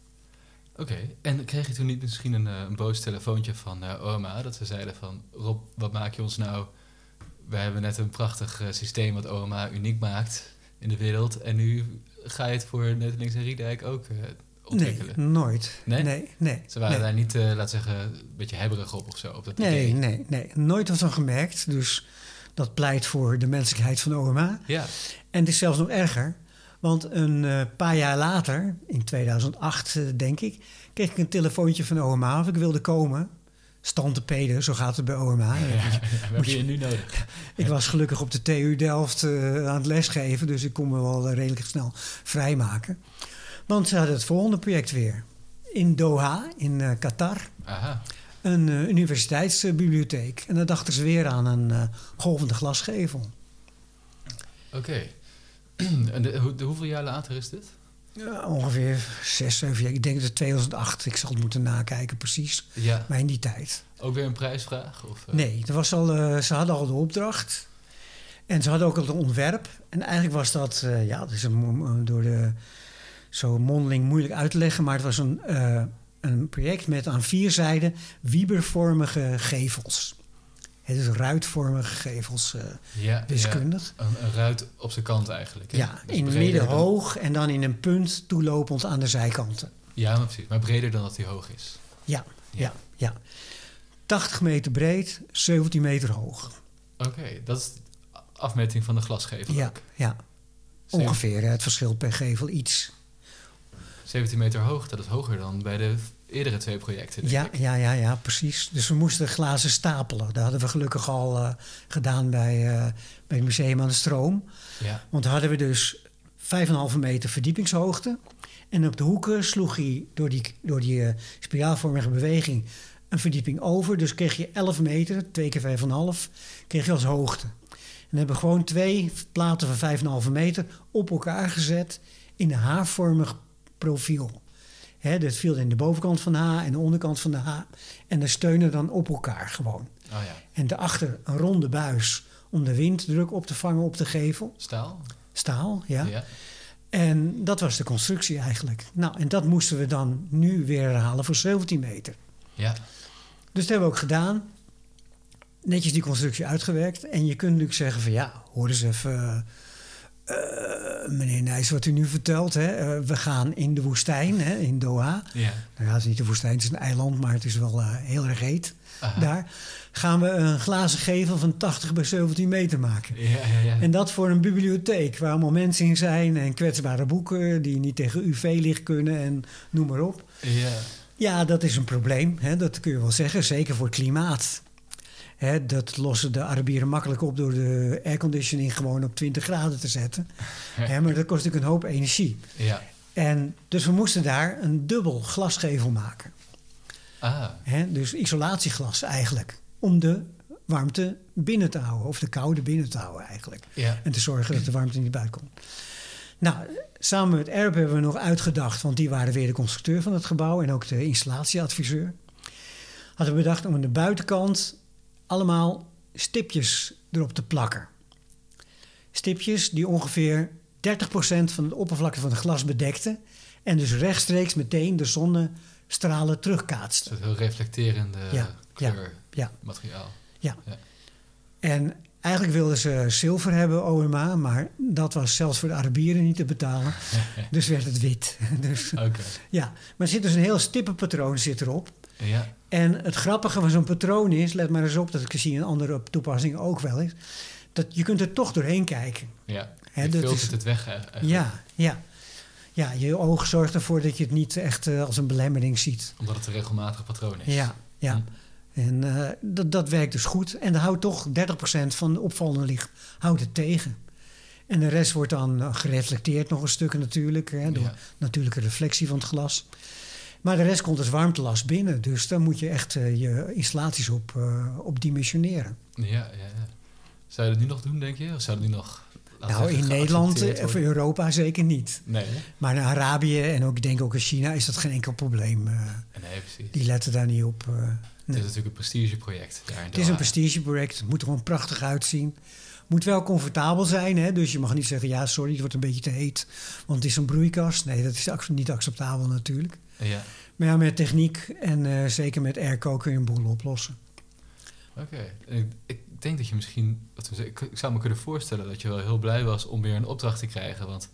Oké. Okay. En kreeg je toen niet misschien een, uh, een boos telefoontje van uh, O M A... dat ze zeiden van... Rob, wat maak je ons nou... We hebben net een prachtig uh, systeem wat O M A uniek maakt in de wereld... en nu ga je het voor Nettelings en Riedijk ook uh, ontwikkelen?
Nee, nooit.
Nee?
Nee, nee.
Ze waren
nee.
daar niet, uh, laat zeggen, een beetje hebberig op of zo? Op dat
Nee,
idee?
nee, nee. Nooit wat van gemerkt. Dus dat pleit voor de menselijkheid van O M A.
Ja.
En het is zelfs nog erger. Want een uh, paar jaar later, in tweeduizend acht uh, denk ik... kreeg ik een telefoontje van O M A of ik wilde komen. Stand te peden, zo gaat het bij O M A.
Ja, ja, we hebben je nu nodig.
Ik was gelukkig op de T U Delft uh, aan het lesgeven... dus ik kon me wel uh, redelijk snel vrijmaken. Want ze hadden het volgende project weer. In Doha, in uh, Qatar...
Aha.
een uh, universiteitsbibliotheek. En daar dachten ze weer aan een uh, golvende glasgevel.
Oké. Okay. En de, hoe, de, hoeveel jaar later is dit?
Ja, ongeveer zes, zeven jaar. Ik denk dat het tweeduizend acht. Ik zal het moeten nakijken precies.
Ja.
Maar in die tijd.
Ook weer een prijsvraag? Of, uh...
Nee, er was al, uh, ze hadden al de opdracht. En ze hadden ook al het ontwerp. En eigenlijk was dat... Uh, ja, dat is een, door de... zo mondeling moeilijk uit te leggen. Maar het was een, uh, een project met aan vier zijden... wiebervormige gevels. Het is ruitvormige gevels, uh,
ja,
wiskundig.
Ja, een, een ruit op zijn kant eigenlijk. Hè?
Ja,
dus
in het midden dan... hoog en dan in een punt toelopend aan de zijkanten.
Ja, maar precies. Maar breder dan dat hij hoog is.
Ja, ja, ja. ja. tachtig meter breed, zeventien meter hoog.
Oké, okay, dat is de afmeting van de glasgevel
ja,
ook.
Ja, ongeveer. Het verschil per gevel iets.
zeventien meter hoog, dat is hoger dan bij de eerdere twee projecten, denk
ja,
ik.
Ja, ja, ja, precies. Dus we moesten glazen stapelen. Dat hadden we gelukkig al uh, gedaan bij, uh, bij het Museum aan de Stroom.
Ja.
Want dan hadden we dus vijf komma vijf meter verdiepingshoogte. En op de hoeken sloeg hij door die, door die uh, spiraalvormige beweging een verdieping over. Dus kreeg je elf meter, twee keer vijf komma vijf, kreeg je als hoogte. En dan hebben we gewoon twee platen van vijf komma vijf meter op elkaar gezet in een haarvormig profiel. He, dat viel in de bovenkant van de H en de onderkant van de H. En dat steunen dan op elkaar gewoon.
Oh ja.
En daarachter een ronde buis om de winddruk op te vangen op de gevel.
Staal?
Staal, ja.
ja.
En dat was de constructie eigenlijk. Nou, en dat moesten we dan nu weer herhalen voor zeventien meter.
Ja.
Dus dat hebben we ook gedaan. Netjes die constructie uitgewerkt. En je kunt natuurlijk zeggen van ja, hoor eens even... Uh, Uh, meneer Nijs, wat u nu vertelt, hè, uh, we gaan in de woestijn, hè, in Doha.
Ja.
Nou ja, het is niet de woestijn, het is een eiland, maar het is wel uh, heel erg heet.
Aha.
Daar gaan we een glazen gevel van tachtig bij zeventien meter maken.
Ja, ja, ja.
En dat voor een bibliotheek, waar allemaal mensen in zijn en kwetsbare boeken die niet tegen U V-licht kunnen en noem maar op.
Ja,
ja dat is een probleem, hè, dat kun je wel zeggen, zeker voor het klimaat. He, dat lossen de Arabieren makkelijk op door de airconditioning gewoon op twintig graden te zetten. He, maar dat kost natuurlijk een hoop energie.
Ja.
En dus we moesten daar een dubbel glasgevel maken.
Ah.
He, dus isolatieglas eigenlijk. Om de warmte binnen te houden. Of de koude binnen te houden eigenlijk.
Ja.
En te zorgen dat de warmte niet buiten komt. Nou, samen met Erp hebben we nog uitgedacht, want die waren weer de constructeur van het gebouw en ook de installatieadviseur. Hadden we bedacht om aan de buitenkant allemaal stipjes erop te plakken. Stipjes die ongeveer dertig procent van de oppervlakte van het glas bedekten en dus rechtstreeks meteen de zonnestralen terugkaatsten.
Een soort heel reflecterende
Ja,
kleur,
ja.
materiaal.
Ja.
Ja.
En eigenlijk wilden ze zilver hebben, O M A, maar dat was zelfs voor de Arabieren niet te betalen. Dus werd het wit. Dus,
Oké.
ja. Maar er zit dus een heel stippenpatroon zit erop.
Ja.
En het grappige van zo'n patroon is, let maar eens op, dat ik zie in andere toepassingen ook wel eens, dat je kunt er toch doorheen kijken.
Ja.
Hè,
Je
dat
filtert
is-
het weg. eigenlijk.
Ja, ja. Ja, je oog zorgt ervoor dat je het niet echt eh, als een belemmering ziet.
Omdat het een regelmatig patroon is.
Ja, ja.
Hm.
En eh, dat, dat werkt dus goed. En dan houdt toch dertig procent van de opvallende licht houdt het tegen. En de rest wordt dan eh, gereflecteerd nog een stuk natuurlijk. Hè, door
Ja.
natuurlijke reflectie van het glas. Maar de rest komt als warmtelast binnen. Dus daar moet je echt eh, je installaties op, eh, op dimensioneren.
Ja, ja, ja. Zou je dat nu nog doen, denk je? Of zou dat nu nog... laten we
Nou,
zeggen,
in Nederland
geaccepteerd
eh, of
worden?
Europa zeker niet.
Nee, hè?
Maar in Arabië en ook, ik denk ook in China is dat geen enkel probleem. eh.
Nee, precies.
die letten daar niet op. eh.
Het
Nee.
is natuurlijk een prestigeproject. daar in
Het is een
Doha.
prestigeproject. Het moet er gewoon prachtig uitzien. Moet wel comfortabel zijn. Hè? Dus je mag niet zeggen, ja sorry, het wordt een beetje te heet. Want het is een broeikast. Nee, dat is ac- niet acceptabel natuurlijk.
Ja,
Maar ja, met techniek en eh, zeker met airco kun je een boel oplossen.
oké. En Ik, ik denk dat je misschien... Wat we zeggen, ik, ik zou me kunnen voorstellen dat je wel heel blij was om weer een opdracht te krijgen. Want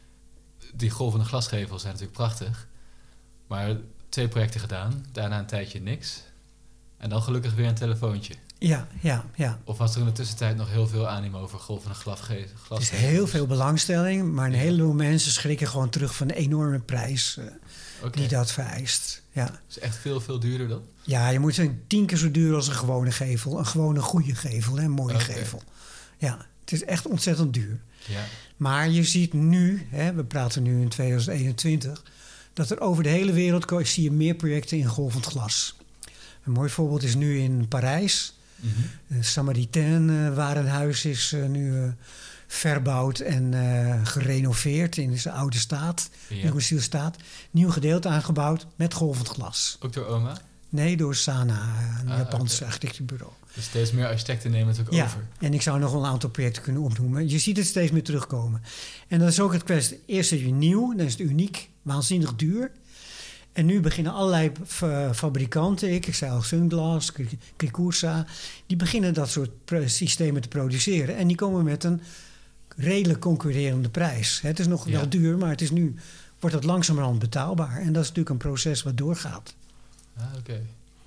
die golvende glasgevels zijn natuurlijk prachtig. Maar twee projecten gedaan. Daarna een tijdje niks. En dan gelukkig weer een telefoontje.
Ja, ja, ja.
Of was er in de tussentijd nog heel veel animo voor golvende glasge-
Er is
glasgevels?
heel veel belangstelling. Maar een
Ja.
heleboel mensen schrikken gewoon terug van de enorme prijs eh,
Oké.
die dat vereist. Ja.
Is echt veel, veel duurder dan?
Ja, je moet zijn tien keer zo duur als een gewone gevel. Een gewone goede gevel, hè, een mooie
Oké.
gevel. Ja, het is echt ontzettend duur.
Ja.
Maar je ziet nu, hè, we praten nu in tweeduizend eenentwintig, dat er over de hele wereld ko- zie je meer projecten in golvend glas. Een mooi voorbeeld is nu in Parijs.
Mhm.
Uh, Samaritain uh, warenhuis is uh, nu uh, verbouwd en uh, gerenoveerd in zijn oude staat,
Ja.
nieuwe staat. Nieuw gedeelte aangebouwd met golvend glas.
Ook door oma?
Nee, door Sana, een
Ah,
Japanse
oké.
architectenbureau.
Dus steeds meer architecten nemen het ook
Ja,
over.
en ik zou nog wel een aantal projecten kunnen opnoemen. Je ziet het steeds meer terugkomen. En dat is ook het kwestie. Eerst is het nieuw, dan is het uniek, waanzinnig duur. En nu beginnen allerlei fa- fabrikanten, ik, ik zei al Sunglass, Kikusa, die beginnen dat soort pro- systemen te produceren. En die komen met een redelijk concurrerende prijs. Het is nog
Ja.
wel duur, maar het is nu, wordt het langzamerhand betaalbaar. En dat is natuurlijk een proces wat doorgaat.
Ah, oké.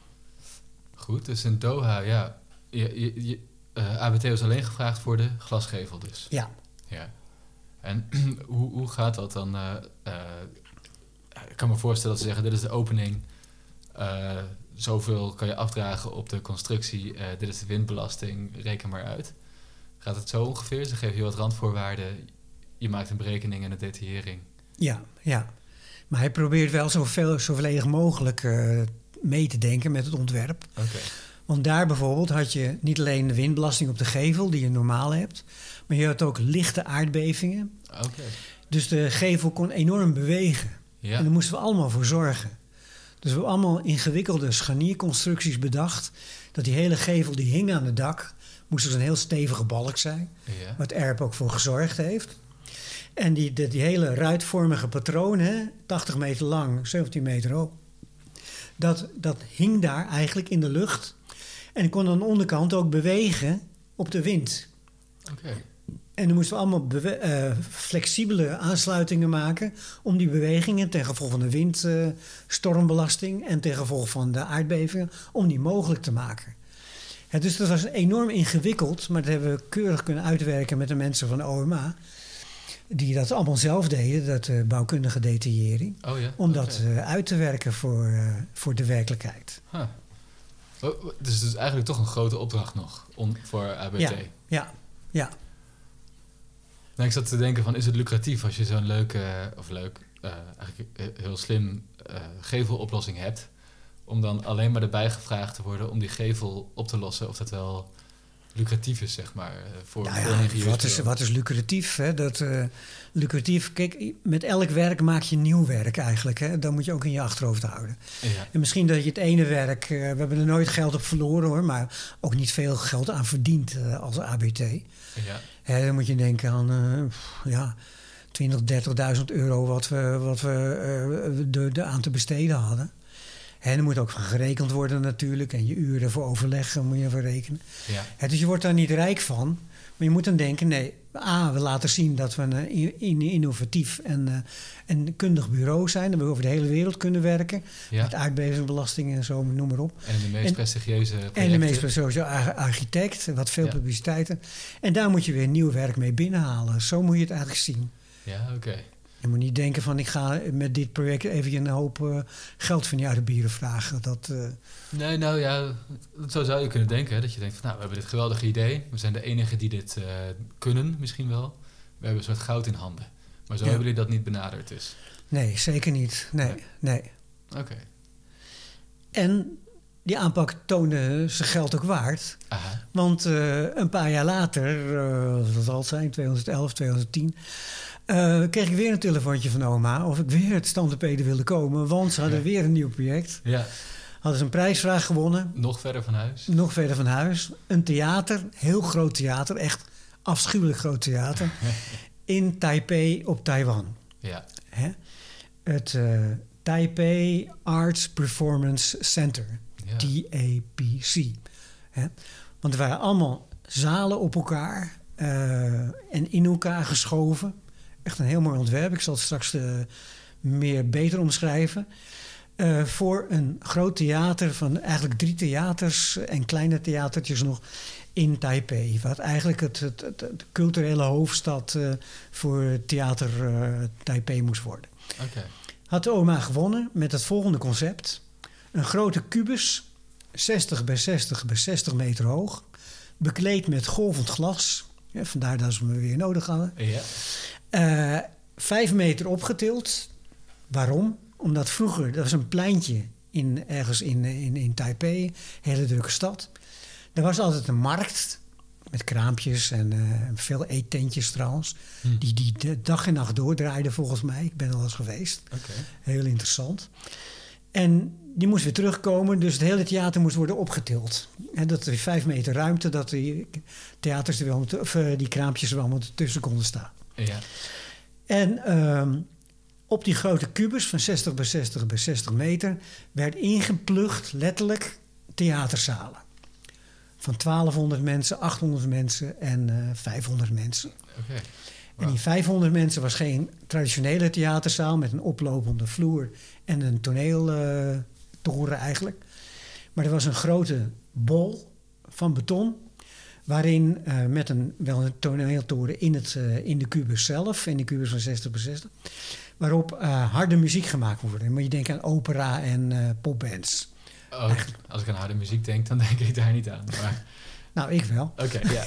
Goed, dus in Doha, ja. Je, je, je, eh, A B T was alleen gevraagd voor de glasgevel dus.
Ja.
Ja. En hoe, hoe gaat dat dan? eh, eh, ik kan me voorstellen dat ze zeggen, dit is de opening. eh, zoveel kan je afdragen op de constructie. eh, dit is de windbelasting, reken maar uit. Gaat het zo ongeveer? Ze geven je wat randvoorwaarden. Je maakt een berekening en een detaillering.
Ja, ja. Maar hij probeert wel zoveel, zo volledig mogelijk eh, mee te denken met het ontwerp.
Oké.
Want daar bijvoorbeeld had je niet alleen de windbelasting op de gevel, die je normaal hebt, maar je had ook lichte aardbevingen.
Oké.
Dus de gevel kon enorm bewegen.
Ja.
En daar moesten we allemaal voor zorgen. Dus we hebben allemaal ingewikkelde scharnierconstructies bedacht. Dat die hele gevel die hing aan het dak, moest dus een heel stevige balk zijn.
Ja.
Wat Erp ook voor gezorgd heeft. En die, die, die hele ruitvormige patroon, hè, tachtig meter lang, zeventien meter hoog. Dat, dat hing daar eigenlijk in de lucht. En ik kon aan de onderkant ook bewegen op de wind.
Oké.
En dan moesten we allemaal bewe- eh, flexibele aansluitingen maken om die bewegingen ten gevolge van de windstormbelasting en ten gevolge van de aardbevingen, om die mogelijk te maken. Ja, dus dat was enorm ingewikkeld, maar dat hebben we keurig kunnen uitwerken met de mensen van de O M A. Die dat allemaal zelf deden, dat uh, bouwkundige detaillering.
Oh ja?
Om
Oké.
dat uh, uit te werken voor, uh, voor de werkelijkheid.
Huh. Oh, oh, Dus het is eigenlijk toch een grote opdracht nog om, voor A B T.
Ja, ja, ja.
Nou, ik zat te denken van, is het lucratief als je zo'n leuke, of leuk, uh, eigenlijk he- heel slim uh, geveloplossing hebt, om dan alleen maar erbij gevraagd te worden om die gevel op te lossen. Of dat wel lucratief is, zeg maar, eh, voor,
Nou
voor een
ja,
ingenieur.
wat is, wat is lucratief? Hè? Dat, eh, lucratief, kijk, met elk werk maak je nieuw werk eigenlijk. Hè? Dat moet je ook in je achterhoofd houden.
Ja,
En misschien dat je het ene werk, eh, we hebben er nooit geld op verloren hoor, maar ook niet veel geld aan verdiend eh, als A B T.
ja,
Hè, dan moet je denken aan eh, pff, ja, twintig, dertigduizend euro wat we, wat we eh, de, de aan te besteden hadden. En er moet ook van gerekend worden natuurlijk. En je uren voor overleg moet je van rekenen.
ja,
Hè, dus je wordt daar niet rijk van. Maar je moet dan denken, nee, A, we laten zien dat we een in- in- innovatief en, uh, en kundig bureau zijn. Dat we over de hele wereld kunnen werken.
ja.
Met aardbevingsbelasting en zo, noem maar op.
En de meest
En-
prestigieuze projecten.
En de meest sowieso ar- architect, wat veel
Ja.
publiciteiten. En daar moet je weer nieuw werk mee binnenhalen. Zo moet je het eigenlijk zien.
Ja, oké.
Je moet niet denken van ik ga met dit project even een hoop uh, geld van je uit de bieren vragen. Dat, uh,
Nee, nou ja, zo zou je kunnen denken. Hè? Dat je denkt van, nou, we hebben dit geweldige idee. We zijn de enigen die dit uh, kunnen, misschien wel. We hebben een soort goud in handen. Maar zo
Ja.
hebben jullie dat niet benaderd dus.
nee, zeker niet. Nee,
Nee.
nee.
Oké.
En die aanpak toonde zijn geld ook waard.
Aha.
Want uh, een paar jaar later, uh, wat zal het zijn, tweeduizend elf, tweeduizend tien... Uh, kreeg ik weer een telefoontje van oma of ik weer het Stand-Pede wilde komen. Want ze hadden
Ja.
weer een nieuw project.
Ja,
Hadden ze een prijsvraag gewonnen.
nog verder van huis.
Nog verder van huis. Een theater, heel groot theater, echt afschuwelijk groot theater. In Taipei op Taiwan.
Ja,
Hè? Het uh, Taipei Arts Performance Center.
ja.
T A P C. Hè? Want er waren allemaal zalen op elkaar uh, en in elkaar geschoven. Echt een heel mooi ontwerp. Ik zal het straks uh, meer beter omschrijven. Uh, voor een groot theater van eigenlijk drie theaters en kleine theatertjes nog in Taipei. Wat eigenlijk het, het, het, het culturele hoofdstad uh, voor theater uh, Taipei moest worden.
Oké.
Had de oma gewonnen met het volgende concept. Een grote kubus, zestig bij zestig bij zestig meter hoog. Bekleed met golvend glas. Ja, vandaar dat ze me weer nodig hadden.
Ja.
Uh, vijf meter opgetild. Waarom? Omdat vroeger, dat was een pleintje in, ergens in, in, in Taipei, een hele drukke stad. Er was altijd een markt met kraampjes en uh, veel eettentjes trouwens.
Hm.
Die, die de dag en nacht doordraaiden volgens mij. Ik ben er al eens geweest.
Oké.
Heel interessant. En die moest weer terugkomen, dus het hele theater moest worden opgetild. En dat er vijf meter ruimte, dat die theaters er wel, of uh, die kraampjes er allemaal tussen konden staan.
Ja.
En um, op die grote kubus van zestig bij zestig bij zestig meter werd ingeplucht, letterlijk, theaterzalen. Van twaalfhonderd mensen, achthonderd mensen en uh, vijfhonderd mensen.
Oké.
En
Wow.
die vijfhonderd mensen was geen traditionele theaterzaal met een oplopende vloer en een toneeltoren uh, eigenlijk. Maar er was een grote bol van beton, waarin uh, met een, wel een toneeltoren in, het, uh, in de kubus zelf, in de kubus van zestig bij zestig, waarop uh, harde muziek gemaakt wordt. Dan moet je denken aan opera en uh, popbands.
Oh, als ik aan harde muziek denk, dan denk ik daar niet aan. Maar
Nou, ik wel.
oké, ja.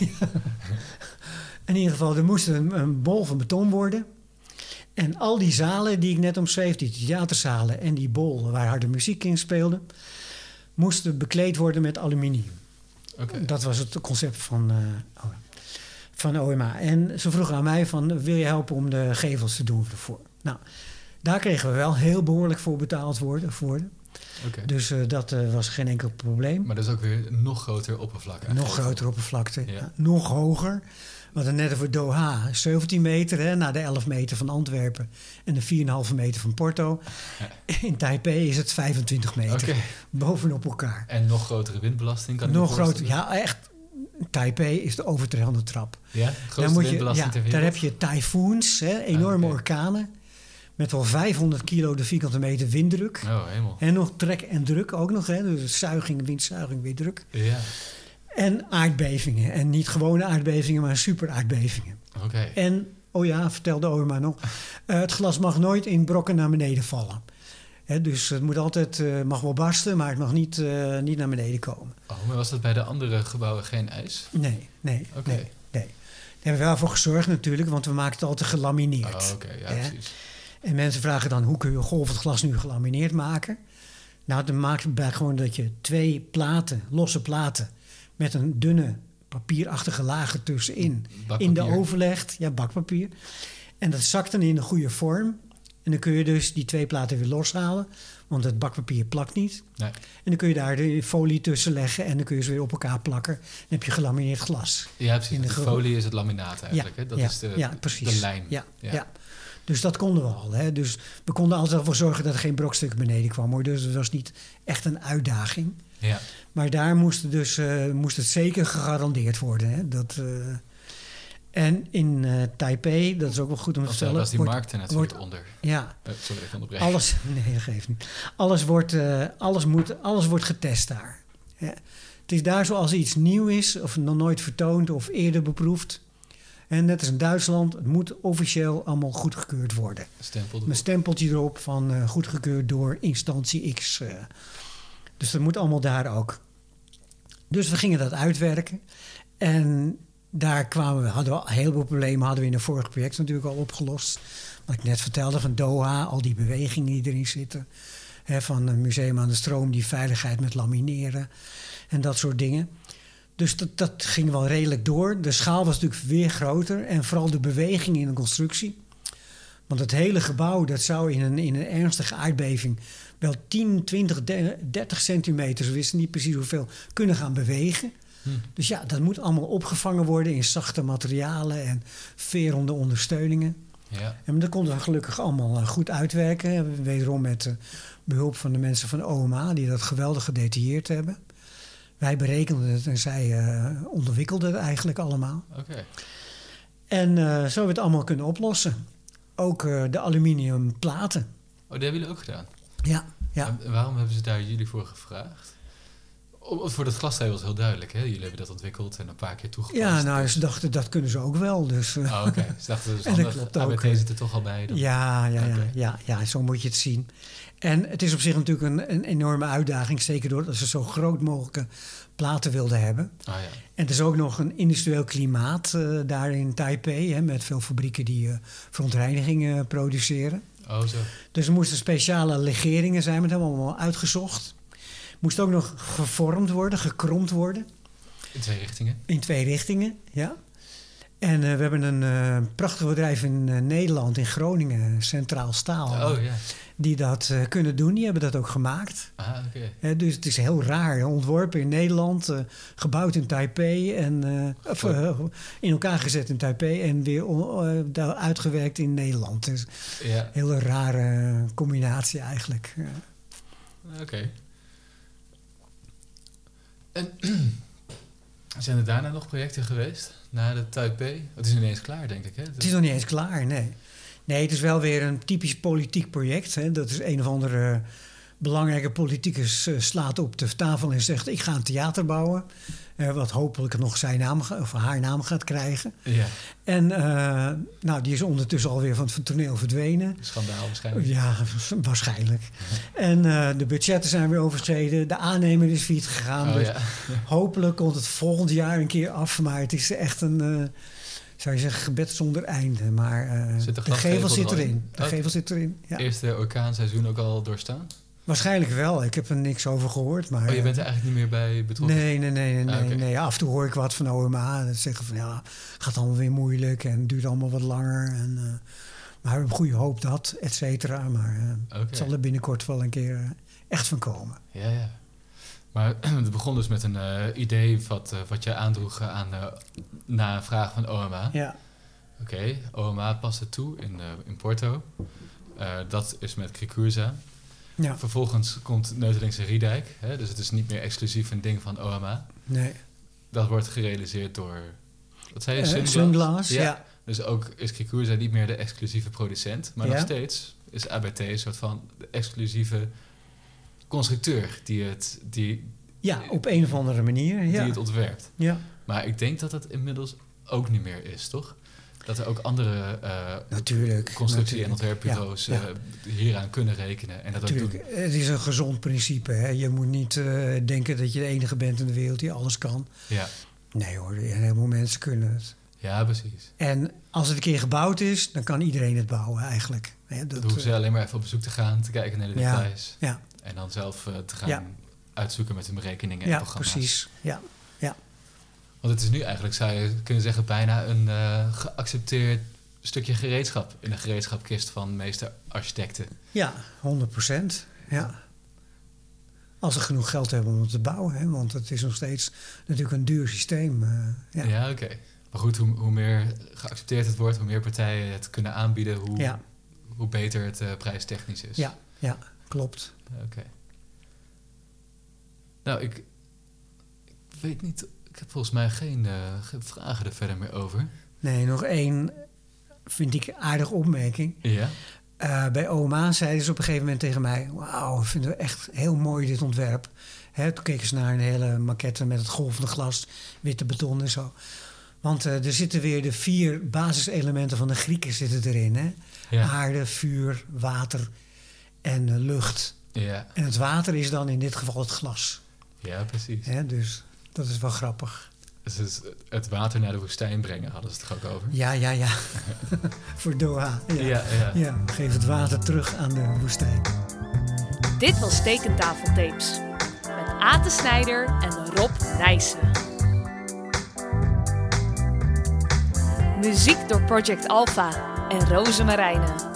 In ieder geval, er moest een, een bol van beton worden. En al die zalen die ik net omschreef, die theaterzalen en die bol waar harde muziek in speelde, moesten bekleed worden met aluminium.
Oké.
Dat was het concept van, uh, van O M A. En ze vroegen aan mij van, wil je helpen om de gevels te doen ervoor? Nou, daar kregen we wel heel behoorlijk voor betaald worden. Voor.
Oké.
Dus uh, dat uh, was geen enkel probleem.
Maar dat is ook weer een nog groter oppervlak.
Nog
eigenlijk.
grotere oppervlakte,
Ja.
ja, nog hoger. We hadden net over Doha, zeventien meter, hè, na de elf meter van Antwerpen en de vier komma vijf meter van Porto. In Taipei is het vijfentwintig meter,
Oké.
bovenop elkaar.
En nog grotere windbelasting kan ik me
Nog groter,
voorstellen.
ja echt. Taipei is de overtreffende trap.
Ja,
Daar,
grootste
moet je,
windbelasting
ja,
ter wereld.
daar heb je tyfoons, hè, enorme
Ah, oké.
orkanen, met wel vijfhonderd kilo de vierkante meter winddruk.
Oh, hemel.
En nog trek en druk ook nog, hè, dus zuiging, windzuiging, weer druk.
Ja,
En aardbevingen. En niet gewone aardbevingen, maar super aardbevingen.
oké.
En, oh ja, vertelde oma nog, uh, het glas mag nooit in brokken naar beneden vallen. Hè, dus het moet altijd, uh, mag wel barsten, maar het mag niet, uh, niet naar beneden komen.
Oh, maar was dat bij de andere gebouwen geen ijs?
Nee, nee,
Oké.
nee, nee. Daar hebben we wel voor gezorgd natuurlijk, want we maken het altijd gelamineerd.
Oh, oké, ja,
Ja.
precies.
En mensen vragen dan, hoe kun je golvend glas nu gelamineerd maken? Nou, dat maakt bij gewoon dat je twee platen, losse platen, met een dunne papierachtige laag ertussenin
Bakpapier.
in de oven legt. Ja, bakpapier. En dat zakt dan in een goede vorm. En dan kun je dus die twee platen weer loshalen, want het bakpapier plakt niet.
Nee.
En dan kun je daar de folie tussen leggen en dan kun je ze weer op elkaar plakken. Dan heb je gelamineerd glas.
Ja, precies.
In de
De
ge-
folie is het laminaat eigenlijk.
Ja,
hè? Dat
ja,
is de,
ja, precies.
de lijm.
Ja, ja.
Ja.
Dus dat konden we al. Hè. Dus we konden altijd ervoor zorgen dat er geen brokstuk beneden kwam. Hoor. Dus het was niet echt een uitdaging.
Ja.
Maar daar moest, dus, uh, moest het zeker gegarandeerd worden. Hè. Dat, uh, en in uh, Taipei, dat is ook wel goed om te
Of,
vertellen.
uh, was die
wordt,
markt er natuurlijk
wordt,
onder.
Ja.
Uh, sorry, ik onderbreek.
Alles, nee, dat geeft niet. Alles wordt, uh, alles moet, alles wordt getest daar. Ja. Het is daar zoals iets nieuw is, of nog nooit vertoond of eerder beproefd. En net als in Duitsland, het moet officieel allemaal goedgekeurd worden.
Stempel
Een
erop.
stempeltje erop van uh, goedgekeurd door instantie X. Uh. Dus dat moet allemaal daar ook. Dus we gingen dat uitwerken. En daar kwamen we, hadden we een heleboel problemen hadden we in een vorig project natuurlijk al opgelost. Wat ik net vertelde van Doha, al die bewegingen die erin zitten. Hè, van een museum aan de stroom, die veiligheid met lamineren en dat soort dingen. Dus dat, dat ging wel redelijk door. De schaal was natuurlijk weer groter en vooral de beweging in de constructie. Want het hele gebouw, dat zou in een, in een ernstige aardbeving wel tien, twintig, dertig centimeter, we wisten niet precies hoeveel, kunnen gaan bewegen.
Hm.
Dus ja, dat moet allemaal opgevangen worden in zachte materialen en verende ondersteuningen.
Ja.
En dat konden we gelukkig allemaal goed uitwerken. Wederom met uh, behulp van de mensen van O M A, die dat geweldig gedetailleerd hebben. Wij berekenden het en zij uh, onderwikkelden het eigenlijk allemaal.
Oké. Okay.
En uh, zo hebben we het allemaal kunnen oplossen. Ook uh, de aluminium platen.
Oh, die hebben jullie ook gedaan?
Ja, ja.
En waarom hebben ze daar jullie voor gevraagd? O, voor dat glasstijl was heel duidelijk, hè? Jullie hebben dat ontwikkeld en een paar keer toegepast.
Ja, nou,
dus...
ze dachten dat kunnen ze ook wel. Dus, uh,
oh, oké. Okay. Ze dachten dus
en dat klopt
A B
ook.
T zit er toch al bij. Dan...
Ja, ja,
okay.
ja, ja, ja, zo moet je het zien. En het is op zich natuurlijk een, een enorme uitdaging. Zeker doordat ze zo groot mogelijke platen wilden hebben.
Oh, ja.
En het is ook nog een industrieel klimaat uh, daar in Taipei. Hè, met veel fabrieken die uh, verontreinigingen uh, produceren.
Oh, zo.
Dus er moesten speciale legeringen zijn. Met hebben we allemaal uitgezocht. Moest ook nog gevormd worden, gekromd worden.
In twee richtingen?
In twee richtingen, ja. En uh, we hebben een uh, prachtig bedrijf in uh, Nederland, in Groningen, Centraal Staal.
Oh, ja.
Die dat uh, kunnen doen. Die hebben dat ook gemaakt.
Ah, oké. Okay.
Uh, dus het is heel raar. Ontworpen in Nederland, uh, gebouwd in Taipei. En, uh, of, uh, in elkaar gezet in Taipei en weer uh, uitgewerkt in Nederland. Dus
ja.
Een hele rare combinatie eigenlijk. Uh.
Oké. Okay. En zijn er daarna nog projecten geweest? Na de Taipei? Het is nog niet eens klaar, denk ik. Hè?
Het is nog niet eens klaar, nee. Nee, het is wel weer een typisch politiek project. Hè. Dat is een of andere belangrijke politicus uh, slaat op de tafel en zegt... ik ga een theater bouwen. Uh, wat hopelijk nog zijn naam of haar naam gaat krijgen.
Ja.
En uh, nou, die is ondertussen alweer van het toneel verdwenen.
Schandaal waarschijnlijk.
Ja, waarschijnlijk. En uh, de budgetten zijn weer overschreden. De aannemer is failliet gegaan.
Oh,
dus
ja.
hopelijk komt het volgend jaar een keer af. Maar het is echt een... Uh, zou je zeggen, gebed zonder einde. Maar uh,
zit de,
de gevel zit
erin?
erin. De
Okay.
gevel zit erin, ja.
Eerste orkaanseizoen ook al doorstaan?
Waarschijnlijk wel. Ik heb er niks over gehoord. Maar,
oh, je bent er eigenlijk niet meer bij betrokken?
Nee, nee, nee. nee, nee,
ah, okay.
nee. Af en toe hoor ik wat van O M A. Dat zeggen van, ja, het gaat allemaal weer moeilijk... en het duurt allemaal wat langer. En, uh, maar we hebben goede hoop dat, et cetera. Maar uh, okay. Het zal er binnenkort wel een keer uh, echt van komen.
Ja, ja. Maar het begon dus met een uh, idee wat, uh, wat je aandroeg aan, uh, na een vraag van O M A.
Ja.
Oké, okay, O M A past het toe in, uh, in Porto. Uh, dat is met Krikusa.
Ja.
Vervolgens komt Neutelingse Riedijk. Hè, dus het is niet meer exclusief een ding van O M A.
Nee.
Dat wordt gerealiseerd door... Wat zei je?
Uh,
Sunglass?
Sunglass, ja.
ja. Dus ook is Krikusa niet meer de exclusieve producent. Maar
ja.
nog steeds is A B T een soort van de exclusieve constructeur die het... Die,
ja, op een of andere manier. Ja.
Die het ontwerpt.
Ja.
Maar ik denk dat dat inmiddels ook niet meer is, toch? Dat er ook andere uh,
natuurlijk,
constructie-
natuurlijk.
en ontwerpbureaus ja, ja. Uh, hieraan kunnen rekenen. En dat
natuurlijk.
Ook doen.
Het is een gezond principe. Hè? Je moet niet uh, denken dat je de enige bent in de wereld die alles kan.
Ja.
Nee hoor, een heleboel mensen kunnen het.
Ja, precies.
En als het een keer gebouwd is, dan kan iedereen het bouwen eigenlijk. Hè, dat,
dan hoeven ze alleen maar even op bezoek te gaan, te kijken naar de
ja,
details.
Ja,
En dan zelf uh, te gaan
ja.
uitzoeken met hun berekeningen en
ja,
programma's.
Precies. Ja, ja.
Want het is nu eigenlijk, zou je kunnen zeggen, bijna een uh, geaccepteerd stukje gereedschap in de gereedschapkist van de meeste architecten.
Ja, honderd procent. Ja. Als ze genoeg geld hebben om het te bouwen. Hè? Want het is nog steeds natuurlijk een duur systeem. Uh, ja,
ja oké. Okay. Maar goed, hoe, hoe meer geaccepteerd het wordt, hoe meer partijen het kunnen aanbieden, hoe,
ja.
hoe beter het uh, prijstechnisch is.
Ja, ja, klopt.
Oké. Okay. Nou, ik, ik weet niet, ik heb volgens mij geen, uh, geen vragen er verder meer over.
Nee, nog één, vind ik, aardige opmerking.
Ja?
Uh, bij O M A zeiden ze op een gegeven moment tegen mij... wauw, vinden we echt heel mooi dit ontwerp. Hè, toen keken ze naar een hele maquette met het golvende glas, witte beton en zo. Want uh, er zitten weer de vier basiselementen van de Grieken zitten erin. Hè? Ja. Aarde, vuur, water en uh, lucht.
Ja.
En het water is dan in dit geval het glas.
Ja, precies.
Hè, dus dat is wel grappig.
Dus het water naar de woestijn brengen, hadden ze het toch ook over?
Ja, ja, ja. Voor Doha. Ja.
Ja, ja.
ja, geef het water terug aan de woestijn.
Dit was Tekentafeltapes. Met Aten Snijder en Rob Nijssen. Muziek door Project Alpha en Roze Marijnen.